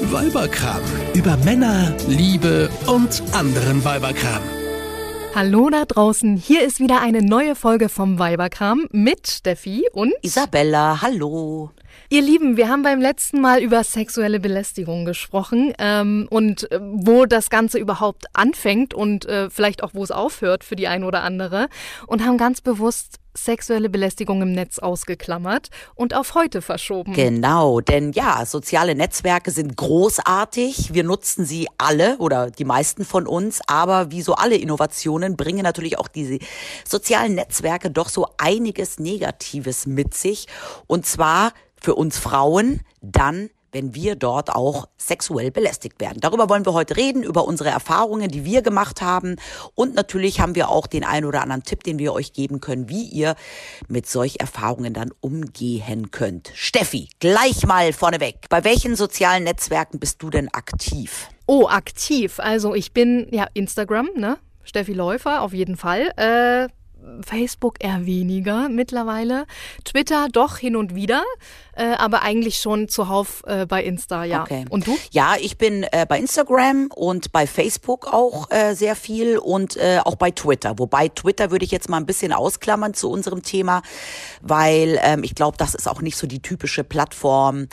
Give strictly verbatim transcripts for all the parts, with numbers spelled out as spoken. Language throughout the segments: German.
Weiberkram. Über Männer, Liebe und anderen Weiberkram. Hallo da draußen, hier ist wieder eine neue Folge vom Weiberkram mit Steffi und Isabella. Hallo. Ihr Lieben, wir haben beim letzten Mal über sexuelle Belästigung gesprochen ähm, und äh, wo das Ganze überhaupt anfängt und äh, vielleicht auch, wo es aufhört für die eine oder andere und haben ganz bewusst sexuelle Belästigung im Netz ausgeklammert und auf heute verschoben. Genau, denn ja, soziale Netzwerke sind großartig. Wir nutzen sie alle oder die meisten von uns, aber wie so alle Innovationen bringen natürlich auch diese sozialen Netzwerke doch so einiges Negatives mit sich. Und zwar für uns Frauen dann, wenn wir dort auch sexuell belästigt werden. Darüber wollen wir heute reden, über unsere Erfahrungen, die wir gemacht haben. Und natürlich haben wir auch den einen oder anderen Tipp, den wir euch geben können, wie ihr mit solch Erfahrungen dann umgehen könnt. Steffi, gleich mal vorneweg. Bei welchen sozialen Netzwerken bist du denn aktiv? Oh, aktiv. Also ich bin, ja, Instagram, ne? Steffi Läufer, auf jeden Fall. Äh, Facebook eher weniger mittlerweile. Twitter doch hin und wieder, äh, aber eigentlich schon zuhauf äh, bei Insta, ja. Okay. Und du? Ja, ich bin äh, bei Instagram und bei Facebook auch äh, sehr viel und äh, auch bei Twitter. Wobei Twitter würde ich jetzt mal ein bisschen ausklammern zu unserem Thema, weil ähm, ich glaube, das ist auch nicht so die typische Plattform,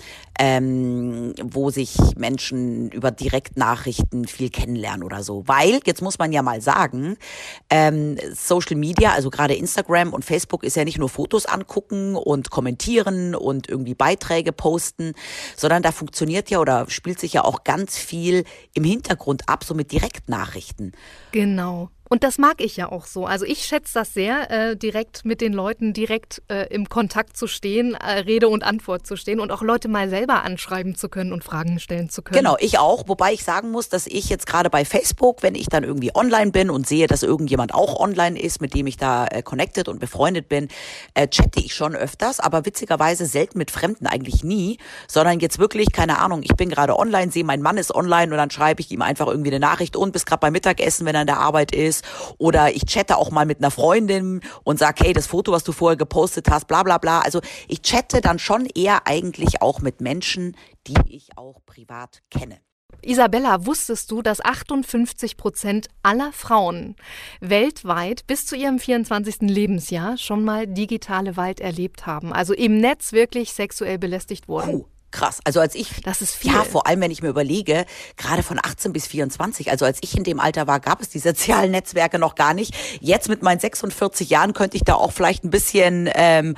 ähm, wo sich Menschen über Direktnachrichten viel kennenlernen oder so. Weil, jetzt muss man ja mal sagen, ähm, Social Media, also gerade Instagram und Facebook ist ja nicht nur Fotos angucken und kommentieren und irgendwie Beiträge posten, sondern da funktioniert ja oder spielt sich ja auch ganz viel im Hintergrund ab, so mit Direktnachrichten. Genau. Und das mag ich ja auch so. Also ich schätze das sehr, äh, direkt mit den Leuten direkt äh, im Kontakt zu stehen, äh, Rede und Antwort zu stehen und auch Leute mal selber anschreiben zu können und Fragen stellen zu können. Genau, ich auch. Wobei ich sagen muss, dass ich jetzt gerade bei Facebook, wenn ich dann irgendwie online bin und sehe, dass irgendjemand auch online ist, mit dem ich da äh, connected und befreundet bin, äh, chatte ich schon öfters, aber witzigerweise selten mit Fremden, eigentlich nie, sondern jetzt wirklich, keine Ahnung, ich bin gerade online, sehe, mein Mann ist online und dann schreibe ich ihm einfach irgendwie eine Nachricht und bis gerade beim Mittagessen, wenn er in der Arbeit ist. Oder ich chatte auch mal mit einer Freundin und sage, hey, das Foto, was du vorher gepostet hast, bla bla bla. Also ich chatte dann schon eher eigentlich auch mit Menschen, die ich auch privat kenne. Isabella, wusstest du, dass achtundfünfzig Prozent aller Frauen weltweit bis zu ihrem vierundzwanzigsten Lebensjahr schon mal digitale Gewalt erlebt haben? Also im Netz wirklich sexuell belästigt wurden? Oh. Krass. Also als ich, das ist viel. Ja, vor allem, wenn ich mir überlege, gerade von achtzehn bis vierundzwanzig, also als ich in dem Alter war, gab es die sozialen Netzwerke noch gar nicht. Jetzt mit meinen sechsundvierzig Jahren könnte ich da auch vielleicht ein bisschen, ähm,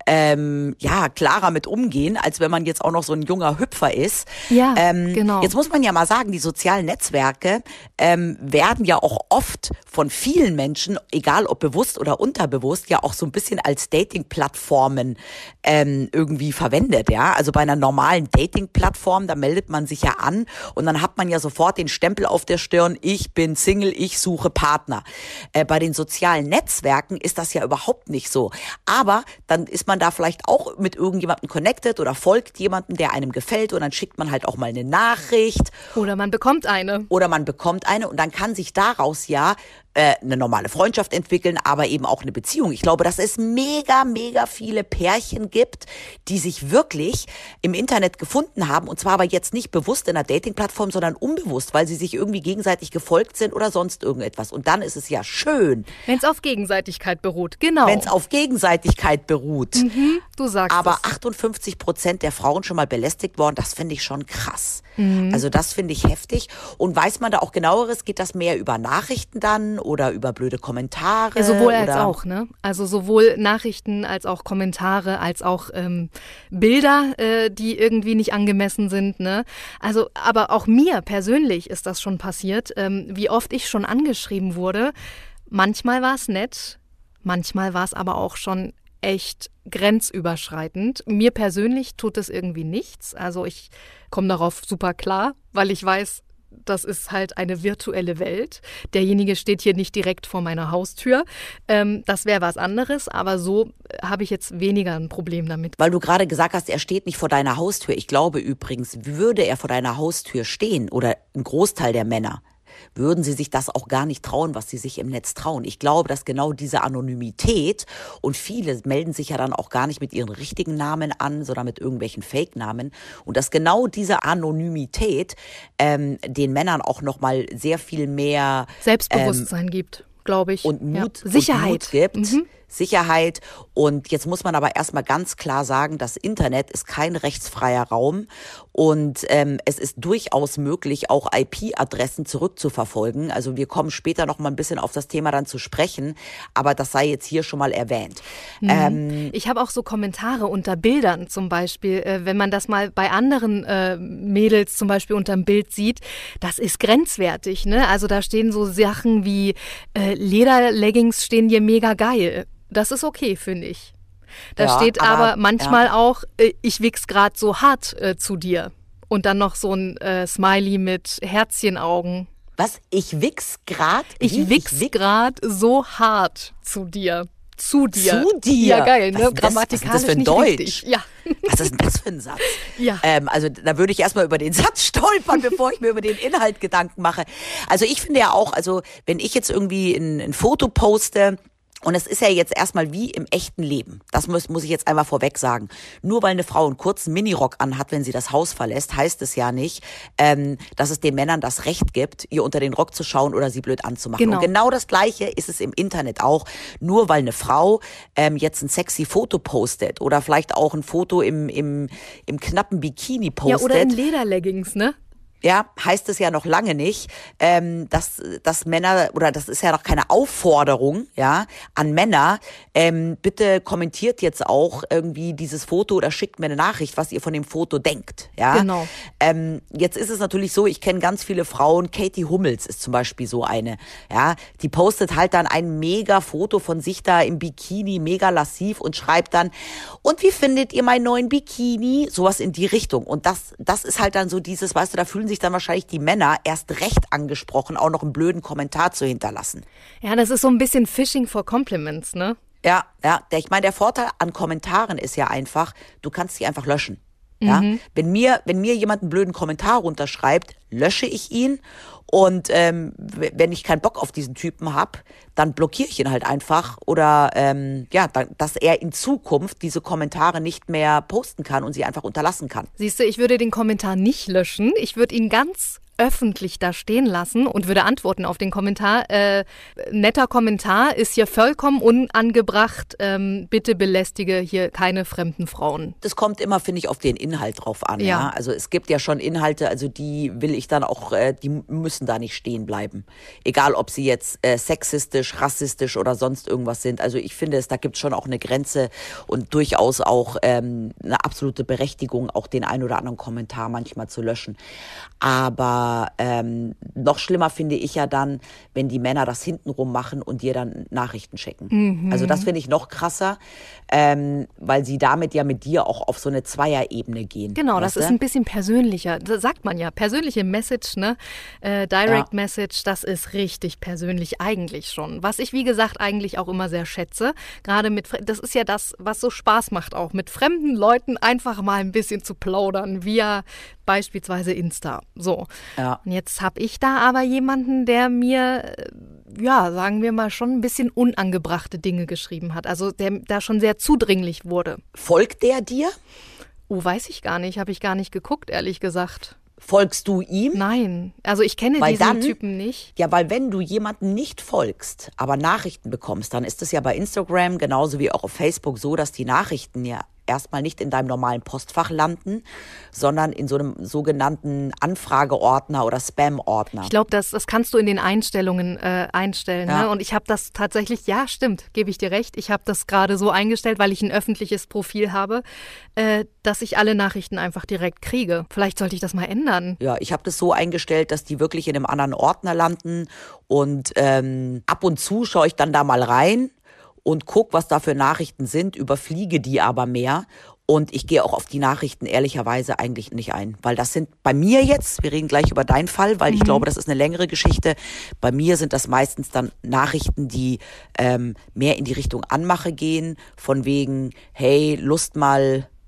ähm, ja, klarer mit umgehen, als wenn man jetzt auch noch so ein junger Hüpfer ist. Ja, ähm, genau. Jetzt muss man ja mal sagen, die sozialen Netzwerke ähm, werden ja auch oft von vielen Menschen, egal ob bewusst oder unterbewusst, ja auch so ein bisschen als Dating-Plattformen ähm, irgendwie verwendet, ja. Also bei einer normalen Dating-Plattform, da meldet man sich ja an und dann hat man ja sofort den Stempel auf der Stirn, ich bin Single, ich suche Partner. Äh, bei den sozialen Netzwerken ist das ja überhaupt nicht so. Aber dann ist man da vielleicht auch mit irgendjemandem connected oder folgt jemandem, der einem gefällt und dann schickt man halt auch mal eine Nachricht. Oder man bekommt eine. Oder man bekommt eine und dann kann sich daraus ja äh, eine normale Freundschaft entwickeln, aber eben auch eine Beziehung. Ich glaube, dass es mega, mega viele Pärchen gibt, die sich wirklich im Internet gefunden haben und zwar aber jetzt nicht bewusst in einer Dating-Plattform, sondern unbewusst, weil sie sich irgendwie gegenseitig gefolgt sind oder sonst irgendetwas. Und dann ist es ja schön. Wenn es auf Gegenseitigkeit beruht, genau. Wenn es auf Gegenseitigkeit beruht. Mhm, du sagst aber es. achtundfünfzig Prozent der Frauen schon mal belästigt worden, das finde ich schon krass. Mhm. Also das finde ich heftig. Und weiß man da auch genaueres? Geht das mehr über Nachrichten dann oder über blöde Kommentare? Ja, sowohl oder? als auch, ne? Also sowohl Nachrichten als auch Kommentare, als auch ähm, Bilder, äh, die irgendwie nicht angemessen sind, ne? Also, aber auch mir persönlich ist das schon passiert, ähm, wie oft ich schon angeschrieben wurde. Manchmal war es nett, manchmal war es aber auch schon echt grenzüberschreitend. Mir persönlich tut es irgendwie nichts. Also ich komme darauf super klar, weil ich weiß, das ist halt eine virtuelle Welt. Derjenige steht hier nicht direkt vor meiner Haustür. Ähm, das wäre was anderes, aber so habe ich jetzt weniger ein Problem damit. Weil du gerade gesagt hast, er steht nicht vor deiner Haustür. Ich glaube übrigens, würde er vor deiner Haustür stehen oder ein Großteil der Männer, würden sie sich das auch gar nicht trauen, was sie sich im Netz trauen. Ich glaube, dass genau diese Anonymität, und viele melden sich ja dann auch gar nicht mit ihren richtigen Namen an, sondern mit irgendwelchen Fake-Namen, und dass genau diese Anonymität ähm, den Männern auch nochmal sehr viel mehr Selbstbewusstsein ähm, gibt, glaube ich. Und Mut, ja. Sicherheit. Und Mut gibt. Mhm. Sicherheit. Und jetzt muss man aber erstmal ganz klar sagen, das Internet ist kein rechtsfreier Raum und ähm, es ist durchaus möglich, auch I P-Adressen zurückzuverfolgen. Also wir kommen später noch mal ein bisschen auf das Thema dann zu sprechen, aber das sei jetzt hier schon mal erwähnt. Mhm. Ähm, ich habe auch so Kommentare unter Bildern zum Beispiel, äh, wenn man das mal bei anderen äh, Mädels zum Beispiel unterm Bild sieht, das ist grenzwertig, ne? Also da stehen so Sachen wie äh, Lederleggings stehen dir mega geil. Das ist okay, finde ich. Da ja, steht aber, aber manchmal ja. auch, äh, ich wichs grad so hart äh, zu dir. Und dann noch so ein äh, Smiley mit Herzchenaugen. Was? Ich wichs grad? Ich wichs wichs grad so hart zu dir. Zu dir. Zu dir? Ja, geil, ne? Was, Grammatikalisch was ist das für ein nicht Deutsch? richtig. Ja. Was ist denn das für ein Satz? Ja. Ähm, also da würde ich erstmal über den Satz stolpern, bevor ich mir über den Inhalt Gedanken mache. Also ich finde ja auch, also wenn ich jetzt irgendwie ein, ein Foto poste, und es ist ja jetzt erstmal wie im echten Leben. Das muss, muss ich jetzt einmal vorweg sagen. Nur weil eine Frau einen kurzen Minirock anhat, wenn sie das Haus verlässt, heißt es ja nicht, ähm, dass es den Männern das Recht gibt, ihr unter den Rock zu schauen oder sie blöd anzumachen. Genau. Und genau das Gleiche ist es im Internet auch. Nur weil eine Frau ähm, jetzt ein sexy Foto postet oder vielleicht auch ein Foto im, im, im knappen Bikini postet. Ja, oder in Lederleggings, ne? Ja, heißt es ja noch lange nicht, ähm, dass, dass Männer, oder das ist ja noch keine Aufforderung, ja, an Männer, ähm, bitte kommentiert jetzt auch irgendwie dieses Foto oder schickt mir eine Nachricht, was ihr von dem Foto denkt, ja. Genau. Ähm, jetzt ist es natürlich so, ich kenne ganz viele Frauen, Katie Hummels ist zum Beispiel so eine, ja, die postet halt dann ein mega Foto von sich da im Bikini, mega lassiv und schreibt dann, und wie findet ihr meinen neuen Bikini? Sowas in die Richtung. Und das, das ist halt dann so dieses, weißt du, da fühlen sich dann wahrscheinlich die Männer erst recht angesprochen, auch noch einen blöden Kommentar zu hinterlassen. Ja, das ist so ein bisschen Fishing for Compliments, ne? Ja, ja. Der, ich meine, der Vorteil an Kommentaren ist ja einfach, du kannst sie einfach löschen. Ja? Mhm. Wenn mir, wenn mir jemand einen blöden Kommentar runterschreibt, lösche ich ihn. Und ähm, wenn ich keinen Bock auf diesen Typen habe, dann blockiere ich ihn halt einfach. Oder ähm, ja, da, dass er in Zukunft diese Kommentare nicht mehr posten kann und sie einfach unterlassen kann. Siehst du, ich würde den Kommentar nicht löschen. Ich würde ihn ganz öffentlich da stehen lassen und würde antworten auf den Kommentar. Äh, netter Kommentar, ist hier vollkommen unangebracht. Ähm, bitte belästige hier keine fremden Frauen. Das kommt immer, finde ich, auf den Inhalt drauf an. Ja. Ja. Ja? Also es gibt ja schon Inhalte, also die will ich dann auch, äh, die müssen da nicht stehen bleiben. Egal, ob sie jetzt äh, sexistisch, rassistisch oder sonst irgendwas sind. Also ich finde, es da gibt es schon auch eine Grenze und durchaus auch ähm, eine absolute Berechtigung, auch den ein oder anderen Kommentar manchmal zu löschen. Aber ähm, noch schlimmer finde ich ja dann, wenn die Männer das hintenrum machen und dir dann Nachrichten schicken. Mhm. Also das finde ich noch krasser, ähm, weil sie damit ja mit dir auch auf so eine Zweierebene gehen. Genau, das weißt ist du? ein bisschen persönlicher. Das sagt man ja, persönliche Message, ne? Äh, Direct Ja. Message, das ist richtig persönlich eigentlich schon. Was ich, wie gesagt, eigentlich auch immer sehr schätze. Gerade mit, das ist ja das, was so Spaß macht auch, mit fremden Leuten einfach mal ein bisschen zu plaudern, via beispielsweise Insta. So. Ja. Und jetzt habe ich da aber jemanden, der mir, ja, sagen wir mal, schon ein bisschen unangebrachte Dinge geschrieben hat. Also der da schon sehr zudringlich wurde. Folgt der dir? Oh, weiß ich gar nicht. Habe ich gar nicht geguckt, ehrlich gesagt. Folgst du ihm? Nein. Also ich kenne Weil diesen dann- Typen nicht. Ja, weil wenn du jemanden nicht folgst, aber Nachrichten bekommst, dann ist es ja bei Instagram genauso wie auch auf Facebook so, dass die Nachrichten ja erstmal nicht in deinem normalen Postfach landen, sondern in so einem sogenannten Anfrageordner oder Spam-Ordner. Ich glaube, das, das kannst du in den Einstellungen äh, einstellen. Ja. Ne? Und ich habe das tatsächlich, ja, stimmt, gebe ich dir recht. Ich habe das gerade so eingestellt, weil ich ein öffentliches Profil habe, äh, dass ich alle Nachrichten einfach direkt kriege. Vielleicht sollte ich das mal ändern. Ja, ich habe das so eingestellt, dass die wirklich in einem anderen Ordner landen und ähm, ab und zu schaue ich dann da mal rein und guck, was da für Nachrichten sind, überfliege die aber mehr. Und ich gehe auch auf die Nachrichten ehrlicherweise eigentlich nicht ein. Weil das sind bei mir jetzt, wir reden gleich über deinen Fall, weil ich Mhm. glaube, das ist eine längere Geschichte. Bei mir sind das meistens dann Nachrichten, die ähm, mehr in die Richtung Anmache gehen. Von wegen, hey, Lust mal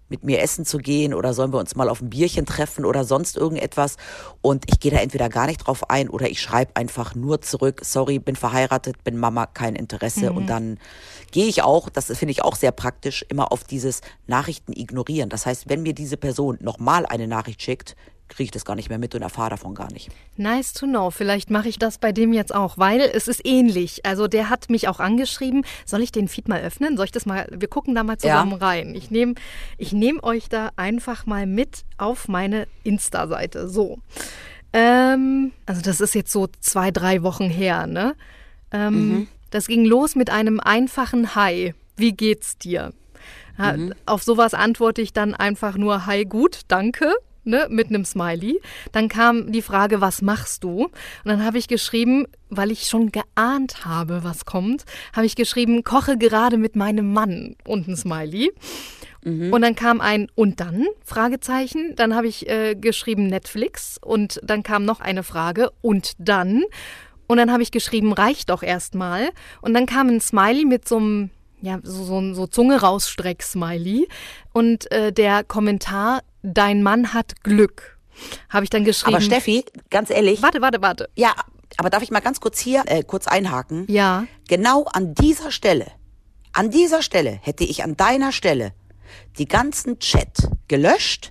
mit mir essen zu gehen oder sollen wir uns mal auf ein Bierchen treffen oder sonst irgendetwas. Und ich gehe da entweder gar nicht drauf ein oder ich schreibe einfach nur zurück, sorry, bin verheiratet, bin Mama, kein Interesse. Mhm. Und dann gehe ich auch, das finde ich auch sehr praktisch, immer auf dieses Nachrichten ignorieren. Das heißt, wenn mir diese Person nochmal eine Nachricht schickt, kriege ich das gar nicht mehr mit und erfahre davon gar nicht. Nice to know. Vielleicht mache ich das bei dem jetzt auch, weil es ist ähnlich. Also der hat mich auch angeschrieben. Soll ich den Feed mal öffnen? Soll ich das mal, wir gucken da mal zusammen ja. rein. Ich nehme ich nehm euch da einfach mal mit auf meine Insta-Seite. So. Ähm, also das ist jetzt so zwei, drei Wochen her, ne? Ähm, mhm. Das ging los mit einem einfachen Hi. Wie geht's dir? Mhm. Auf sowas antworte ich dann einfach nur Hi, gut, danke. Ne, mit einem Smiley. Dann kam die Frage, was machst du? Und dann habe ich geschrieben, weil ich schon geahnt habe, was kommt, habe ich geschrieben, koche gerade mit meinem Mann und ein Smiley. Mhm. Und dann kam ein und dann? Fragezeichen. Dann habe ich äh, geschrieben Netflix und dann kam noch eine Frage und dann? Und dann habe ich geschrieben, reicht doch erstmal. Und dann kam ein Smiley mit so einem ja, so, so, so Zunge rausstreck Smiley und äh, der Kommentar, dein Mann hat Glück, habe ich dann geschrieben. Aber Steffi, ganz ehrlich. Warte, warte, warte. Ja, aber darf ich mal ganz kurz hier äh, kurz einhaken? Ja. Genau an dieser Stelle, an dieser Stelle hätte ich an deiner Stelle die ganzen Chat gelöscht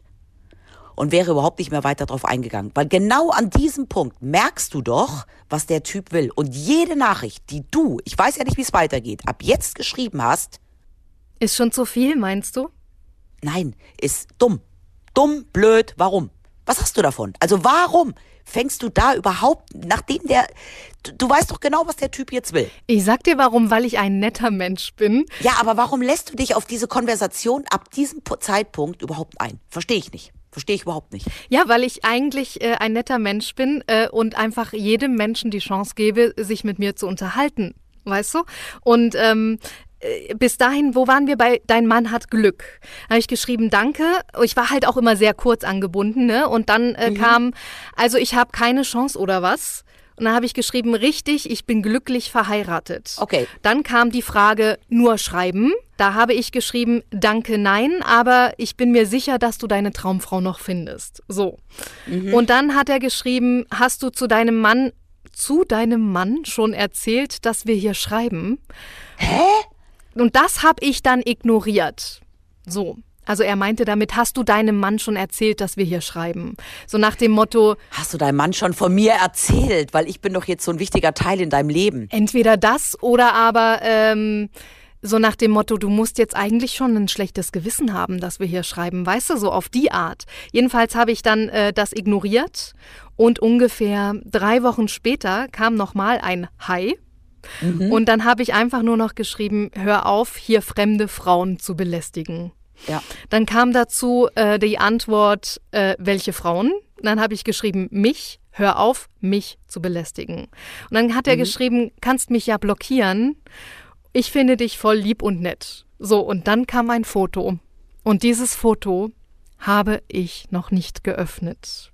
und wäre überhaupt nicht mehr weiter drauf eingegangen. Weil genau an diesem Punkt merkst du doch, was der Typ will. Und jede Nachricht, die du, ich weiß ja nicht, wie es weitergeht, ab jetzt geschrieben hast. Ist schon zu viel, meinst du? Nein, ist dumm. Dumm, blöd, warum? Was hast du davon? Also warum fängst du da überhaupt, nachdem der, du, du weißt doch genau, was der Typ jetzt will. Ich sag dir warum, weil ich ein netter Mensch bin. Ja, aber warum lässt du dich auf diese Konversation ab diesem Zeitpunkt überhaupt ein? Verstehe ich nicht. Verstehe ich überhaupt nicht. Ja, weil ich eigentlich äh, ein netter Mensch bin äh, und einfach jedem Menschen die Chance gebe, sich mit mir zu unterhalten, weißt du? Und ähm, äh, bis dahin, wo waren wir bei Dein Mann hat Glück? Da habe ich geschrieben, danke. Ich war halt auch immer sehr kurz angebunden, ne? Und dann äh, mhm. kam, also ich habe keine Chance oder was? Und dann habe ich geschrieben, richtig, ich bin glücklich verheiratet. Okay. Dann kam die Frage, nur schreiben. Da habe ich geschrieben, danke, nein, aber ich bin mir sicher, dass du deine Traumfrau noch findest. So. Mhm. Und dann hat er geschrieben, hast du zu deinem Mann, zu deinem Mann schon erzählt, dass wir hier schreiben? Hä? Und das habe ich dann ignoriert. So. Also er meinte damit, hast du deinem Mann schon erzählt, dass wir hier schreiben? So nach dem Motto... Hast du deinem Mann schon von mir erzählt? Weil ich bin doch jetzt so ein wichtiger Teil in deinem Leben. Entweder das oder aber ähm, so nach dem Motto, du musst jetzt eigentlich schon ein schlechtes Gewissen haben, dass wir hier schreiben. Weißt du, so auf die Art. Jedenfalls habe ich dann äh, das ignoriert und ungefähr drei Wochen später kam nochmal ein Hi. Mhm. Und dann habe ich einfach nur noch geschrieben, hör auf, hier fremde Frauen zu belästigen. Ja. Dann kam dazu äh, die Antwort, äh, welche Frauen? Dann habe ich geschrieben, mich, hör auf, mich zu belästigen. Und dann hat er mhm. geschrieben, kannst mich ja blockieren. Ich finde dich voll lieb und nett. So, und dann kam ein Foto. Und dieses Foto habe ich noch nicht geöffnet.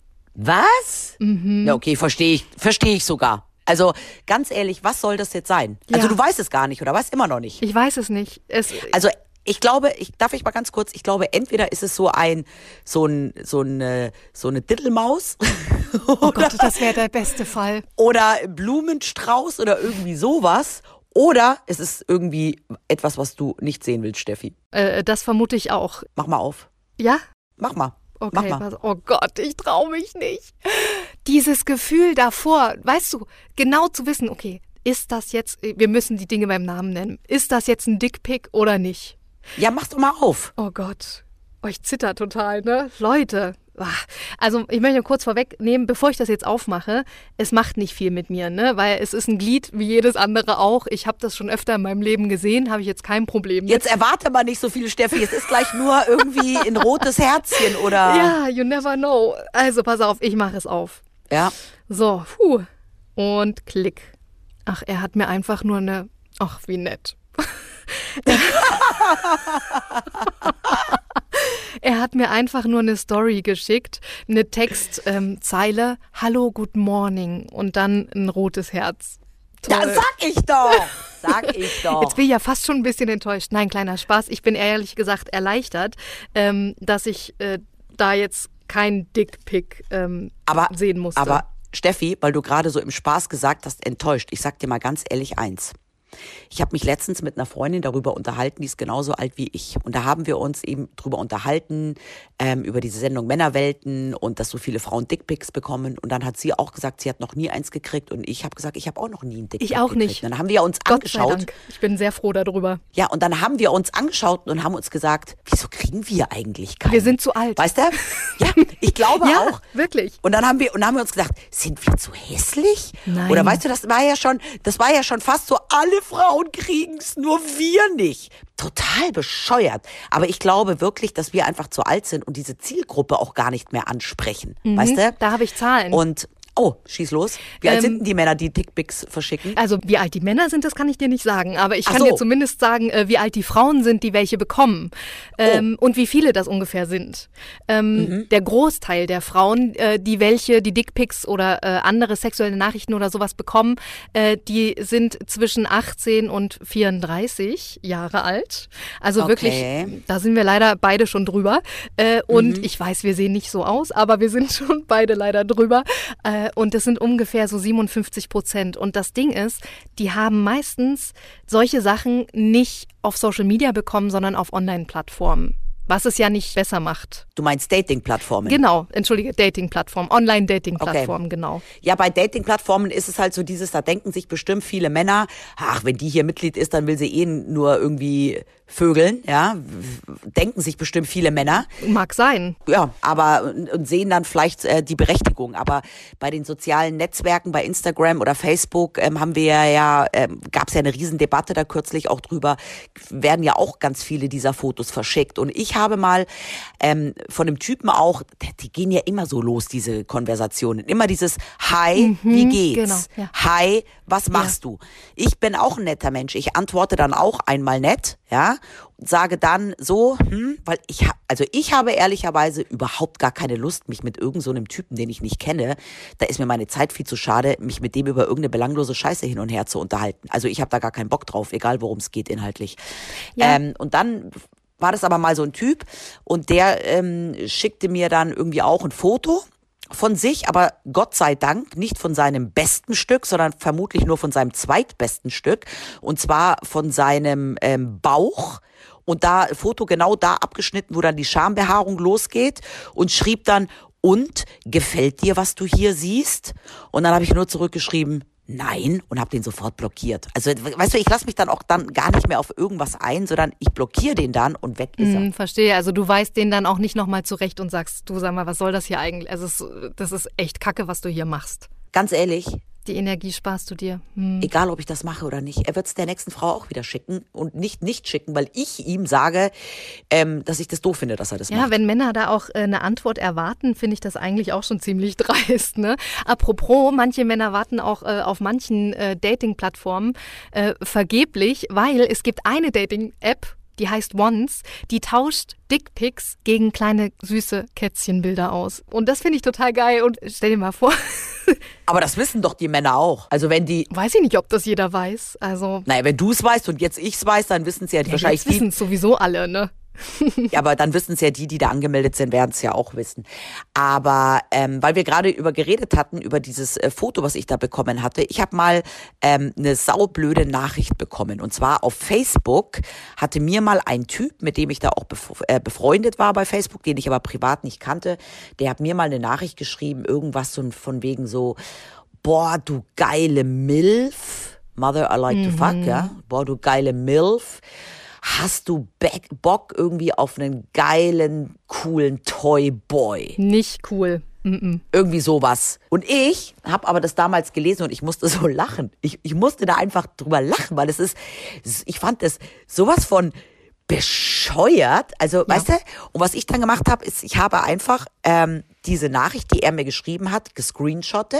Was? Mhm. Ja, okay, verstehe ich, verstehe ich sogar. Also ganz ehrlich, was soll das jetzt sein? Ja. Also du weißt es gar nicht oder weißt immer noch nicht? Ich weiß es nicht. Es, also ich glaube, ich darf ich mal ganz kurz, ich glaube, entweder ist es so ein, so ein, so eine, so eine Dittelmaus. Oh Gott, das wäre der beste Fall. Oder Blumenstrauß oder irgendwie sowas. Oder es ist irgendwie etwas, was du nicht sehen willst, Steffi. Äh, das vermute ich auch. Mach mal auf. Ja? Mach mal. Okay, Mach mal. Was, oh Gott, ich traue mich nicht. Dieses Gefühl davor, weißt du, genau zu wissen, okay, ist das jetzt, wir müssen die Dinge beim Namen nennen, ist das jetzt ein Dickpick oder nicht? Ja, mach's doch mal auf. Oh Gott, oh, ich zitter total, ne? Leute, also ich möchte kurz vorwegnehmen, bevor ich das jetzt aufmache, es macht nicht viel mit mir, ne? Weil es ist ein Glied wie jedes andere auch. Ich habe das schon öfter in meinem Leben gesehen, habe ich jetzt kein Problem mit. Jetzt erwarte mal nicht so viel, Steffi. Es ist gleich nur irgendwie ein rotes Herzchen oder... Ja, you never know. Also pass auf, ich mache es auf. Ja. So, puh. Und klick. Ach, er hat mir einfach nur eine... Ach, wie nett. Er hat mir einfach nur eine Story geschickt, eine Textzeile, ähm, Hallo, good morning und dann ein rotes Herz. Ja, sag ich doch. Sag ich doch. Jetzt bin ich ja fast schon ein bisschen enttäuscht. Nein, kleiner Spaß. Ich bin ehrlich gesagt erleichtert, ähm, dass ich äh, da jetzt kein Dickpick ähm, aber, sehen musste. Aber Steffi, weil du gerade so im Spaß gesagt hast, enttäuscht. Ich sag dir mal ganz ehrlich eins. Ich habe mich letztens mit einer Freundin darüber unterhalten, die ist genauso alt wie ich. Und da haben wir uns eben drüber unterhalten, ähm, über diese Sendung Männerwelten und dass so viele Frauen Dickpics bekommen. Und dann hat sie auch gesagt, sie hat noch nie eins gekriegt. Und ich habe gesagt, ich habe auch noch nie einen Dickpic Ich auch gekriegt. nicht. Und dann haben wir uns Gott angeschaut. sei Dank. Ich bin sehr froh darüber. Ja, und dann haben wir uns angeschaut und haben uns gesagt, wieso kriegen wir eigentlich keinen? Wir sind zu alt. Weißt du? Ja, ich glaube ja, auch. Wirklich. Und dann haben wir, und dann haben wir uns gedacht, sind wir zu hässlich? Nein. Oder weißt du, das war ja schon, das war ja schon fast so, alle Frauen kriegen's, nur wir nicht. Total bescheuert. Aber ich glaube wirklich, dass wir einfach zu alt sind und diese Zielgruppe auch gar nicht mehr ansprechen. Mhm, weißt du? Da habe ich Zahlen. Und oh, schieß los. Wie alt Ähm, sind denn die Männer, die Dickpics verschicken? Also wie alt die Männer sind, das kann ich dir nicht sagen. Aber ich Ach kann so. dir zumindest sagen, äh, wie alt die Frauen sind, die welche bekommen. Ähm, Oh. Und wie viele das ungefähr sind. Ähm, Mhm. Der Großteil der Frauen, äh, die welche die Dickpics oder äh, andere sexuelle Nachrichten oder sowas bekommen, äh, die sind zwischen achtzehn und vierunddreißig Jahre alt. Also Okay. wirklich, da sind wir leider beide schon drüber. Äh, und ich weiß, wir sehen nicht so aus, aber wir sind schon beide leider drüber. Äh, und das sind ungefähr so siebenundfünfzig Prozent. Und das Ding ist, die haben meistens solche Sachen nicht auf Social Media bekommen, sondern auf Online-Plattformen. Was es ja nicht besser macht. Du meinst Dating-Plattformen? Genau, entschuldige, Dating-Plattformen, Online-Dating-Plattformen, Okay. genau. Ja, bei Dating-Plattformen ist es halt so dieses, da denken sich bestimmt viele Männer, ach, wenn die hier Mitglied ist, dann will sie eh nur irgendwie vögeln, ja, denken sich bestimmt viele Männer. Mag sein. Ja, aber und sehen dann vielleicht äh, die Berechtigung. Aber bei den sozialen Netzwerken, bei Instagram oder Facebook ähm, haben wir ja, ähm, gab es ja eine Riesendebatte da kürzlich auch drüber, werden ja auch ganz viele dieser Fotos verschickt. Und ich habe mal ähm, von einem Typen auch, die gehen ja immer so los, diese Konversationen. Immer dieses Hi, wie geht's? genau, ja. Hi, was machst du? Ich bin auch ein netter Mensch. Ich antworte dann auch einmal nett, ja, und sage dann so, hm, weil ich ha- also ich habe ehrlicherweise überhaupt gar keine Lust, mich mit irgend so einem Typen, den ich nicht kenne, da ist mir meine Zeit viel zu schade, mich mit dem über irgendeine belanglose Scheiße hin und her zu unterhalten. Also ich habe da gar keinen Bock drauf, egal worum es geht inhaltlich. Ja. Ähm, und dann war das aber mal so ein Typ und der ähm, schickte mir dann irgendwie auch ein Foto von sich, aber Gott sei Dank nicht von seinem besten Stück, sondern vermutlich nur von seinem zweitbesten Stück, und zwar von seinem ähm, Bauch. Und da Foto genau da abgeschnitten, wo dann die Schambehaarung losgeht, und schrieb dann, und, gefällt dir, was du hier siehst? Und dann habe ich nur zurückgeschrieben, nein, und habe den sofort blockiert. Also weißt du, ich lasse mich dann auch dann gar nicht mehr auf irgendwas ein, sondern ich blockiere den dann und weg ist er. Hm, verstehe. Also du weist den dann auch nicht nochmal zurecht und sagst, du sag mal, was soll das hier eigentlich? Also es, das ist echt Kacke, was du hier machst. Ganz ehrlich, Die Energie sparst du dir. Hm. egal ob ich das mache oder nicht, er wird es der nächsten Frau auch wieder schicken und nicht nicht schicken, weil ich ihm sage, ähm, dass ich das doof finde, dass er das Ja, macht. wenn Männer da auch äh, eine Antwort erwarten, finde ich das eigentlich auch schon ziemlich dreist. Ne? Apropos, manche Männer warten auch äh, auf manchen äh, Dating-Plattformen äh, vergeblich, weil es gibt eine Dating-App, die heißt Once, die tauscht Dickpics gegen kleine süße Kätzchenbilder aus. Und das finde ich total geil. Und stell dir mal vor, Aber das wissen doch die Männer auch. Also wenn die, weiß ich nicht, ob das jeder weiß. Also naja, wenn du es weißt und jetzt ich es weiß, dann wissen es ja, ja, wahrscheinlich jetzt wissen die. es sowieso alle, ne? Ja, aber dann wissen es ja die, die da angemeldet sind, werden es ja auch wissen. Aber ähm, weil wir gerade über geredet hatten, über dieses äh, Foto, was ich da bekommen hatte, ich habe mal ähm, eine saublöde Nachricht bekommen. Und zwar auf Facebook hatte mir mal ein Typ, mit dem ich da auch bef- äh, befreundet war bei Facebook, den ich aber privat nicht kannte, der hat mir mal eine Nachricht geschrieben, irgendwas so von wegen so, boah, du geile Milf, Mother I like to fuck, ja, boah, du geile Milf. Hast du Be- Bock irgendwie auf einen geilen, coolen Toy-Boy? Nicht cool. Mm-mm. Irgendwie sowas. Und ich habe aber das damals gelesen und ich musste so lachen. Ich, ich musste da einfach drüber lachen, weil es ist, ich fand das sowas von bescheuert. Also, weißt du, und was ich dann gemacht habe, ist, ich habe einfach ähm, diese Nachricht, die er mir geschrieben hat, gescreenshottet,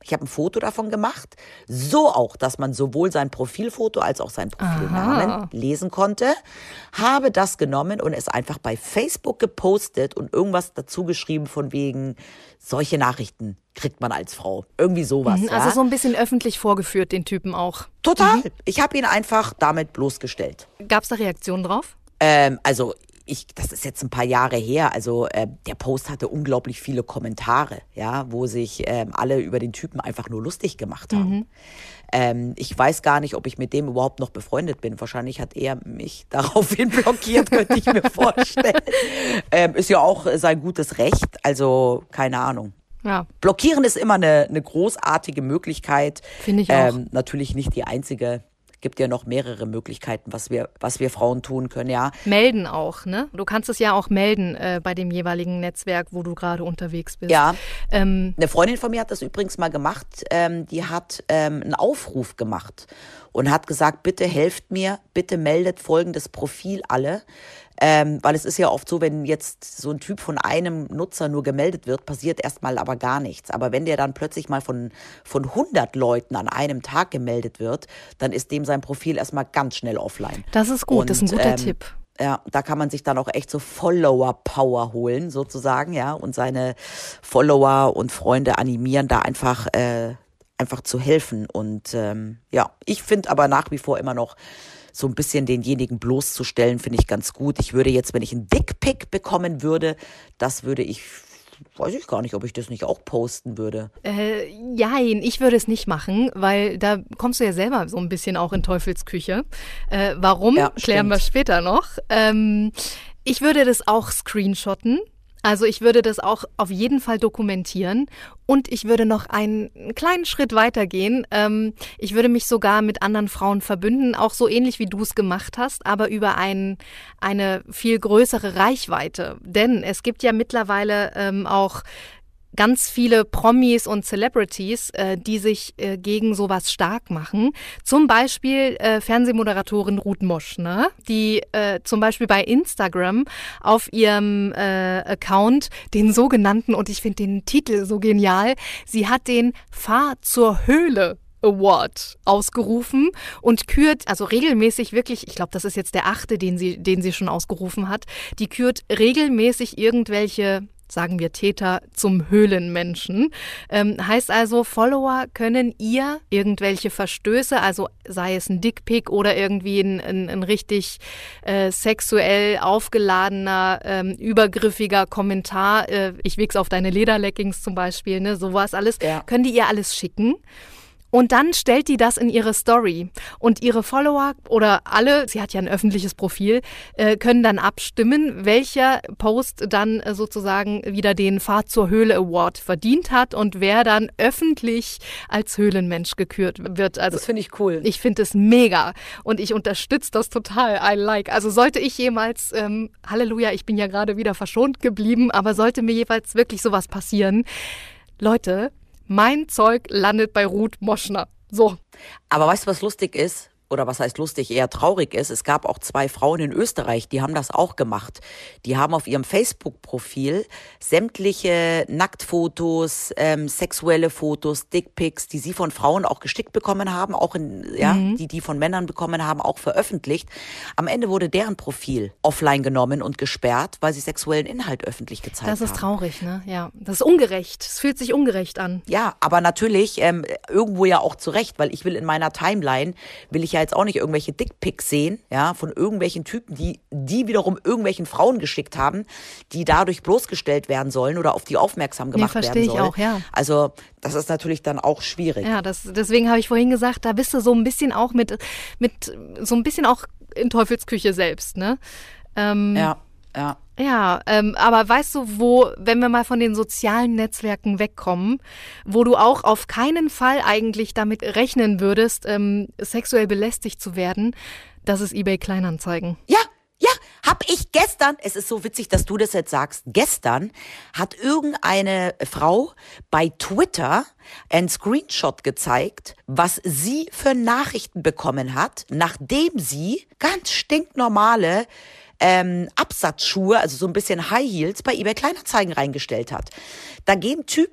Ich habe ein Foto davon gemacht, so auch, dass man sowohl sein Profilfoto als auch seinen Profilnamen Aha. lesen konnte. Habe das genommen und es einfach bei Facebook gepostet und irgendwas dazu geschrieben von wegen, solche Nachrichten kriegt man als Frau. Irgendwie sowas. Mhm, also ja. so ein bisschen öffentlich vorgeführt, den Typen auch. Total. Mhm. Ich habe ihn einfach damit bloßgestellt. Gab es da Reaktionen drauf? Ähm, also ich, das ist jetzt ein paar Jahre her, also äh, der Post hatte unglaublich viele Kommentare, ja, wo sich ähm, alle über den Typen einfach nur lustig gemacht haben. Mhm. Ähm, ich weiß gar nicht, ob ich mit dem überhaupt noch befreundet bin. Wahrscheinlich hat er mich daraufhin blockiert, könnte ich mir vorstellen. Ähm, ist ja auch sein gutes Recht, also keine Ahnung. Ja. Blockieren ist immer eine, eine großartige Möglichkeit. Finde ich auch. Ähm, natürlich nicht die einzige. Gibt ja noch mehrere Möglichkeiten, was wir, was wir Frauen tun können, ja. Melden auch, ne? Du kannst es ja auch melden äh, bei dem jeweiligen Netzwerk, wo du gerade unterwegs bist. Ja. Ähm, Eine Freundin von mir hat das übrigens mal gemacht. Ähm, die hat ähm, einen Aufruf gemacht und hat gesagt, bitte helft mir, bitte meldet folgendes Profil alle. Ähm, weil es ist ja oft so, wenn jetzt so ein Typ von einem Nutzer nur gemeldet wird, passiert erstmal aber gar nichts. Aber wenn der dann plötzlich mal von, von hundert Leuten an einem Tag gemeldet wird, dann ist dem sein Profil erstmal ganz schnell offline. Das ist gut, Und, das ist ein guter ähm, Tipp. Ja, da kann man sich dann auch echt so Follower-Power holen, sozusagen, ja, und seine Follower und Freunde animieren, da einfach, äh, einfach zu helfen. Und ähm, ja, ich finde aber nach wie vor immer noch, so ein bisschen denjenigen bloßzustellen, finde ich ganz gut. Ich würde jetzt, wenn ich einen Dickpick bekommen würde, das würde ich, weiß ich gar nicht, ob ich das nicht auch posten würde. Äh, jein, ich würde es nicht machen, weil da kommst du ja selber so ein bisschen auch in Teufelsküche. Äh, warum, ja, klären wir später noch. Ähm, ich würde das auch screenshotten. Also ich würde das auch auf jeden Fall dokumentieren und ich würde noch einen kleinen Schritt weitergehen. Ähm, ich würde mich sogar mit anderen Frauen verbünden, auch so ähnlich wie du es gemacht hast, aber über ein, eine viel größere Reichweite. Denn es gibt ja mittlerweile ähm, auch ganz viele Promis und Celebrities, äh, die sich äh, gegen sowas stark machen. Zum Beispiel äh, Fernsehmoderatorin Ruth Moschner, die äh, zum Beispiel bei Instagram auf ihrem äh, Account den sogenannten, und ich finde den Titel so genial, sie hat den Fahr zur Höhle Award ausgerufen und kürt, also regelmäßig wirklich, ich glaube, das ist jetzt der achte, den sie, den sie schon ausgerufen hat, die kürt regelmäßig irgendwelche, sagen wir Täter, zum Höhlenmenschen. Ähm, heißt also, Follower können ihr irgendwelche Verstöße, also sei es ein Dickpick oder irgendwie ein, ein, ein richtig äh, sexuell aufgeladener, ähm, übergriffiger Kommentar, äh, ich wichs auf deine Lederleggings zum Beispiel, ne, sowas alles, ja. können die ihr alles schicken. Und dann stellt die das in ihre Story. Und ihre Follower oder alle, sie hat ja ein öffentliches Profil, äh, können dann abstimmen, welcher Post dann äh, sozusagen wieder den Fahr zur Höhle Award verdient hat und wer dann öffentlich als Höhlenmensch gekürt wird. Also, das finde ich cool. Ich finde es mega und ich unterstütze das total. I like. Also sollte ich jemals, ähm, Halleluja, ich bin ja gerade wieder verschont geblieben, aber sollte mir jeweils wirklich sowas passieren, Leute, mein Zeug landet bei Ruth Moschner. So. Aber weißt du, was lustig ist? Oder was heißt lustig, eher traurig ist? Es gab auch zwei Frauen in Österreich, die haben das auch gemacht. Die haben auf ihrem Facebook-Profil sämtliche Nacktfotos, ähm, sexuelle Fotos, Dickpics, die sie von Frauen auch gestickt bekommen haben, auch in, ja, mhm. die die von Männern bekommen haben, auch veröffentlicht. Am Ende wurde deren Profil offline genommen und gesperrt, weil sie sexuellen Inhalt öffentlich gezeigt haben. Das ist haben. traurig, ne? Ja, das ist ungerecht. Es fühlt sich ungerecht an. Ja, aber natürlich ähm, irgendwo ja auch zu Recht, weil ich will in meiner Timeline, will ich ja jetzt auch nicht irgendwelche Dickpics sehen, ja, von irgendwelchen Typen, die die wiederum irgendwelchen Frauen geschickt haben, die dadurch bloßgestellt werden sollen oder auf die aufmerksam gemacht nee, werden sollen. Verstehe ich auch, ja. Also das ist natürlich dann auch schwierig. Ja, das, deswegen habe ich vorhin gesagt, da bist du so ein bisschen auch mit, mit so ein bisschen auch in Teufelsküche selbst, ne? Ähm, ja, ja. Ja, ähm, aber weißt du, wo, wenn wir mal von den sozialen Netzwerken wegkommen, wo du auch auf keinen Fall eigentlich damit rechnen würdest, ähm, sexuell belästigt zu werden, das ist eBay Kleinanzeigen. Ja, ja, hab ich gestern, es ist so witzig, dass du das jetzt sagst, gestern hat irgendeine Frau bei Twitter einen Screenshot gezeigt, was sie für Nachrichten bekommen hat, nachdem sie ganz stinknormale Ähm, Absatzschuhe, also so ein bisschen High Heels, bei eBay Kleinanzeigen reingestellt hat. Da gehen Typen,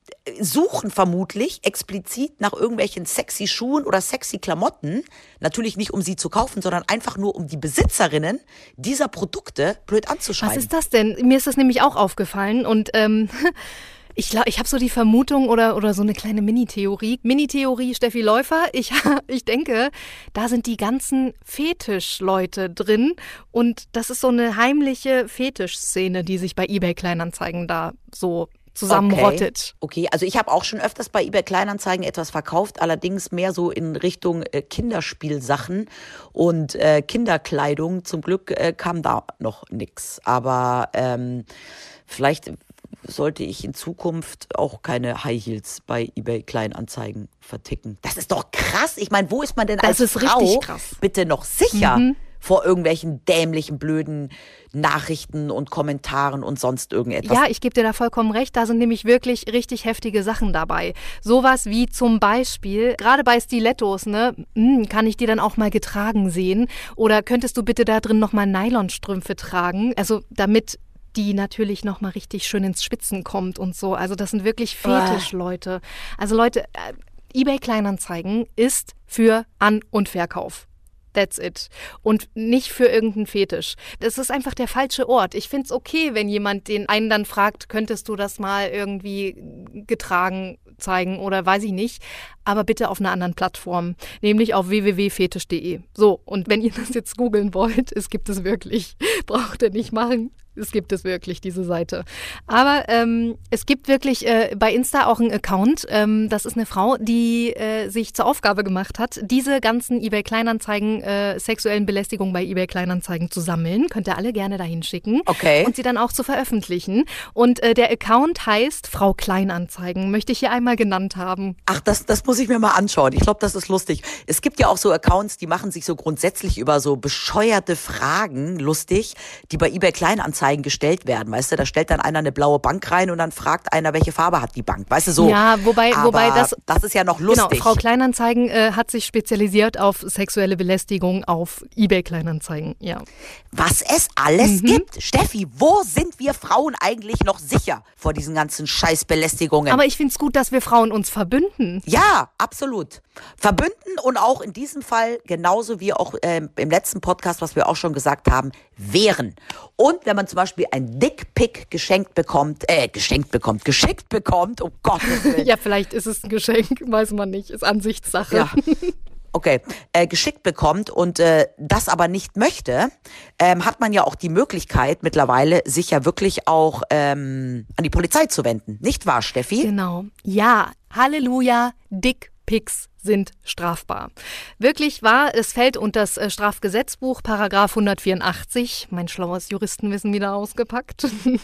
suchen vermutlich explizit nach irgendwelchen sexy Schuhen oder sexy Klamotten. Natürlich nicht, um sie zu kaufen, sondern einfach nur, um die Besitzerinnen dieser Produkte blöd anzuschreiben. Was ist das denn? Mir ist das nämlich auch aufgefallen und ähm, ich glaube, ich habe so die Vermutung oder, oder so eine kleine Mini-Theorie. Mini-Theorie Steffi Läufer. Ich, ich denke, da sind die ganzen Fetischleute drin und das ist so eine heimliche Fetischszene, die sich bei eBay Kleinanzeigen da so zusammenrottet. Okay, okay. Also ich habe auch schon öfters bei eBay Kleinanzeigen etwas verkauft, allerdings mehr so in Richtung äh, Kinderspielsachen und äh, Kinderkleidung. Zum Glück äh, kam da noch nix. Aber ähm, vielleicht sollte ich in Zukunft auch keine High Heels bei eBay Kleinanzeigen verticken. Das ist doch krass. Ich meine, wo ist man denn das als ist Frau richtig krass. bitte noch sicher? Mhm. Vor irgendwelchen dämlichen, blöden Nachrichten und Kommentaren und sonst irgendetwas. Ja, ich gebe dir da vollkommen recht. Da sind nämlich wirklich richtig heftige Sachen dabei. Sowas wie zum Beispiel, gerade bei Stilettos, ne, hm, kann ich die dann auch mal getragen sehen? Oder könntest du bitte da drin nochmal Nylonstrümpfe tragen? Also damit die natürlich nochmal richtig schön ins Schwitzen kommt und so. Also das sind wirklich Fetischleute. Also Leute, äh, eBay Kleinanzeigen ist für An- und Verkauf. That's it. Und nicht für irgendeinen Fetisch. Das ist einfach der falsche Ort. Ich find's okay, wenn jemand den einen dann fragt, könntest du das mal irgendwie getragen zeigen oder weiß ich nicht. Aber bitte auf einer anderen Plattform, nämlich auf w w w punkt fetisch punkt de. So, und wenn ihr das jetzt googeln wollt, es gibt es wirklich. Braucht ihr nicht machen. Es gibt es wirklich, diese Seite. Aber ähm, es gibt wirklich äh, bei Insta auch einen Account. Ähm, das ist eine Frau, die äh, sich zur Aufgabe gemacht hat, diese ganzen eBay Kleinanzeigen, äh, sexuellen Belästigungen bei eBay Kleinanzeigen zu sammeln. Könnt ihr alle gerne dahin schicken. Okay. Und sie dann auch zu veröffentlichen. Und äh, der Account heißt Frau Kleinanzeigen. Möchte ich hier einmal genannt haben. Ach, das, das muss ich mir mal anschauen. Ich glaube, das ist lustig. Es gibt ja auch so Accounts, die machen sich so grundsätzlich über so bescheuerte Fragen lustig, die bei eBay Kleinanzeigen gestellt werden, weißt du, da stellt dann einer eine blaue Bank rein und dann fragt einer, welche Farbe hat die Bank, weißt du, so. Ja, wobei, aber wobei das, das ist ja noch lustig. Genau, Frau Kleinanzeigen äh, hat sich spezialisiert auf sexuelle Belästigung auf eBay Kleinanzeigen, ja. Was es alles Mhm. gibt. Steffi, wo sind wir Frauen eigentlich noch sicher vor diesen ganzen Scheißbelästigungen? Aber ich finde es gut, dass wir Frauen uns verbünden. Ja, absolut. Verbünden und auch in diesem Fall, genauso wie auch ähm, im letzten Podcast, was wir auch schon gesagt haben, wehren. Und wenn man zum Beispiel ein Dickpick geschenkt bekommt, äh, geschenkt bekommt, geschickt bekommt, oh Gottes Willen. Ja, vielleicht ist es ein Geschenk, weiß man nicht, ist Ansichtssache. Ja. Okay, äh, geschickt bekommt und äh, das aber nicht möchte, ähm, hat man ja auch die Möglichkeit mittlerweile, sich ja wirklich auch ähm, an die Polizei zu wenden. Nicht wahr, Steffi? Genau. Ja, Halleluja, Dickpics sind strafbar. Wirklich wahr, es fällt unter das äh, Strafgesetzbuch, Paragraph hundertvierundachtzig. Mein schlaues Juristenwissen wieder ausgepackt.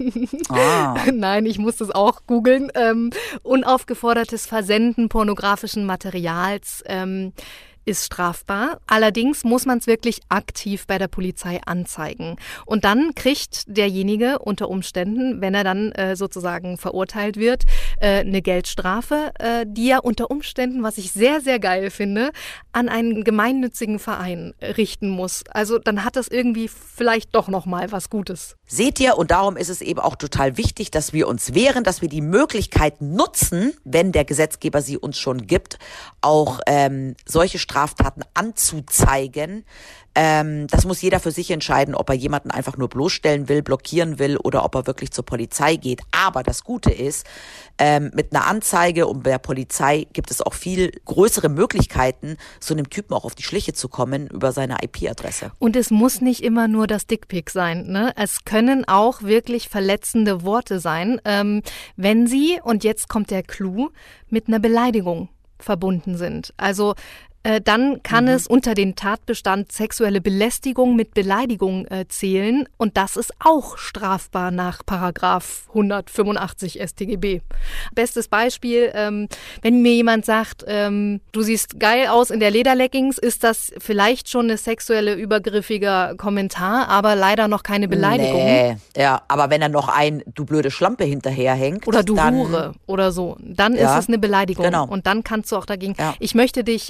Ah. Nein, ich muss das auch googeln. Ähm, unaufgefordertes Versenden pornografischen Materials ähm, ist strafbar. Allerdings muss man es wirklich aktiv bei der Polizei anzeigen. Und dann kriegt derjenige unter Umständen, wenn er dann äh, sozusagen verurteilt wird, äh, eine Geldstrafe, äh, die er unter Umständen, was ich sehr, sehr geil finde, an einen gemeinnützigen Verein richten muss. Also dann hat das irgendwie vielleicht doch nochmal was Gutes. Seht ihr, und darum ist es eben auch total wichtig, dass wir uns wehren, dass wir die Möglichkeit nutzen, wenn der Gesetzgeber sie uns schon gibt, auch ähm, solche Straftaten anzuzeigen. Ähm, das muss jeder für sich entscheiden, ob er jemanden einfach nur bloßstellen will, blockieren will oder ob er wirklich zur Polizei geht. Aber das Gute ist, ähm, mit einer Anzeige und bei der Polizei gibt es auch viel größere Möglichkeiten, so einem Typen auch auf die Schliche zu kommen über seine I P-Adresse. Und es muss nicht immer nur das Dickpic sein, ne? Es können auch wirklich verletzende Worte sein, ähm, wenn sie, und jetzt kommt der Clou, mit einer Beleidigung verbunden sind. Also äh, dann kann mhm. es unter den Tatbestand sexuelle Belästigung mit Beleidigung äh, zählen und das ist auch strafbar nach Paragraph hundertfünfundachtzig S t G B. Bestes Beispiel, ähm, wenn mir jemand sagt, ähm, du siehst geil aus in der Lederleggings, ist das vielleicht schon eine sexuelle übergriffiger Kommentar, aber leider noch keine Beleidigung. Nee, ja, aber wenn er noch ein du blöde Schlampe hinterherhängt. Oder du dann, Hure oder so, dann ja, ist es eine Beleidigung genau. und dann kannst du auch dagegen, ja. ich möchte dich äh, ficken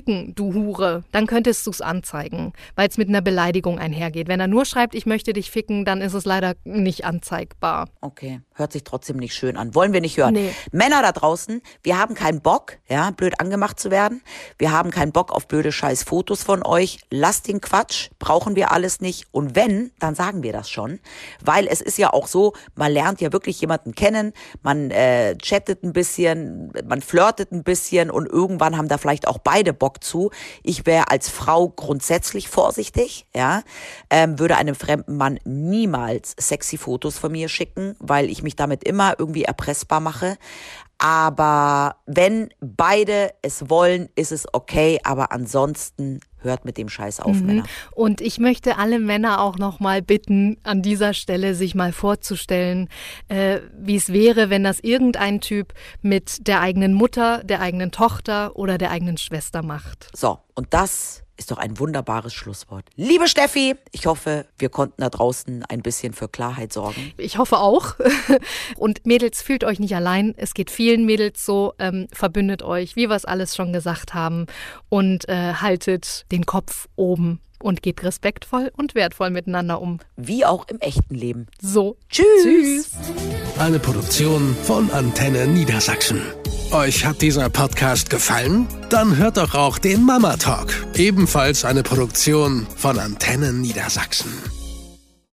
ficken, du Hure, dann könntest du es anzeigen, weil es mit einer Beleidigung einhergeht. Wenn er nur schreibt, ich möchte dich ficken, dann ist es leider nicht anzeigbar. Okay, hört sich trotzdem nicht schön an. Wollen wir nicht hören. Nee. Männer da draußen, wir haben keinen Bock, ja, blöd angemacht zu werden. Wir haben keinen Bock auf blöde scheiß Fotos von euch. Lasst den Quatsch, brauchen wir alles nicht. Und wenn, dann sagen wir das schon. Weil es ist ja auch so, man lernt ja wirklich jemanden kennen, man äh, chattet ein bisschen, man flirtet ein bisschen und irgendwann haben da vielleicht auch beide Bock zu. Ich wäre als Frau grundsätzlich vorsichtig, ja, ähm, würde einem fremden Mann niemals sexy Fotos von mir schicken, weil ich mich damit immer irgendwie erpressbar mache. Aber wenn beide es wollen, ist es okay, aber ansonsten hört mit dem Scheiß auf, mhm. Männer. Und ich möchte alle Männer auch noch mal bitten, an dieser Stelle sich mal vorzustellen, äh, wie es wäre, wenn das irgendein Typ mit der eigenen Mutter, der eigenen Tochter oder der eigenen Schwester macht. So, und das ist doch ein wunderbares Schlusswort. Liebe Steffi, ich hoffe, wir konnten da draußen ein bisschen für Klarheit sorgen. Ich hoffe auch. Und Mädels, fühlt euch nicht allein. Es geht vielen Mädels so. Ähm, verbündet euch, wie wir es alles schon gesagt haben. Und äh, haltet den Kopf oben und geht respektvoll und wertvoll miteinander um. Wie auch im echten Leben. So. Tschüss. Tschüss. Eine Produktion von Antenne Niedersachsen. Euch hat dieser Podcast gefallen? Dann hört doch auch den Mama Talk. Ebenfalls eine Produktion von Antenne Niedersachsen.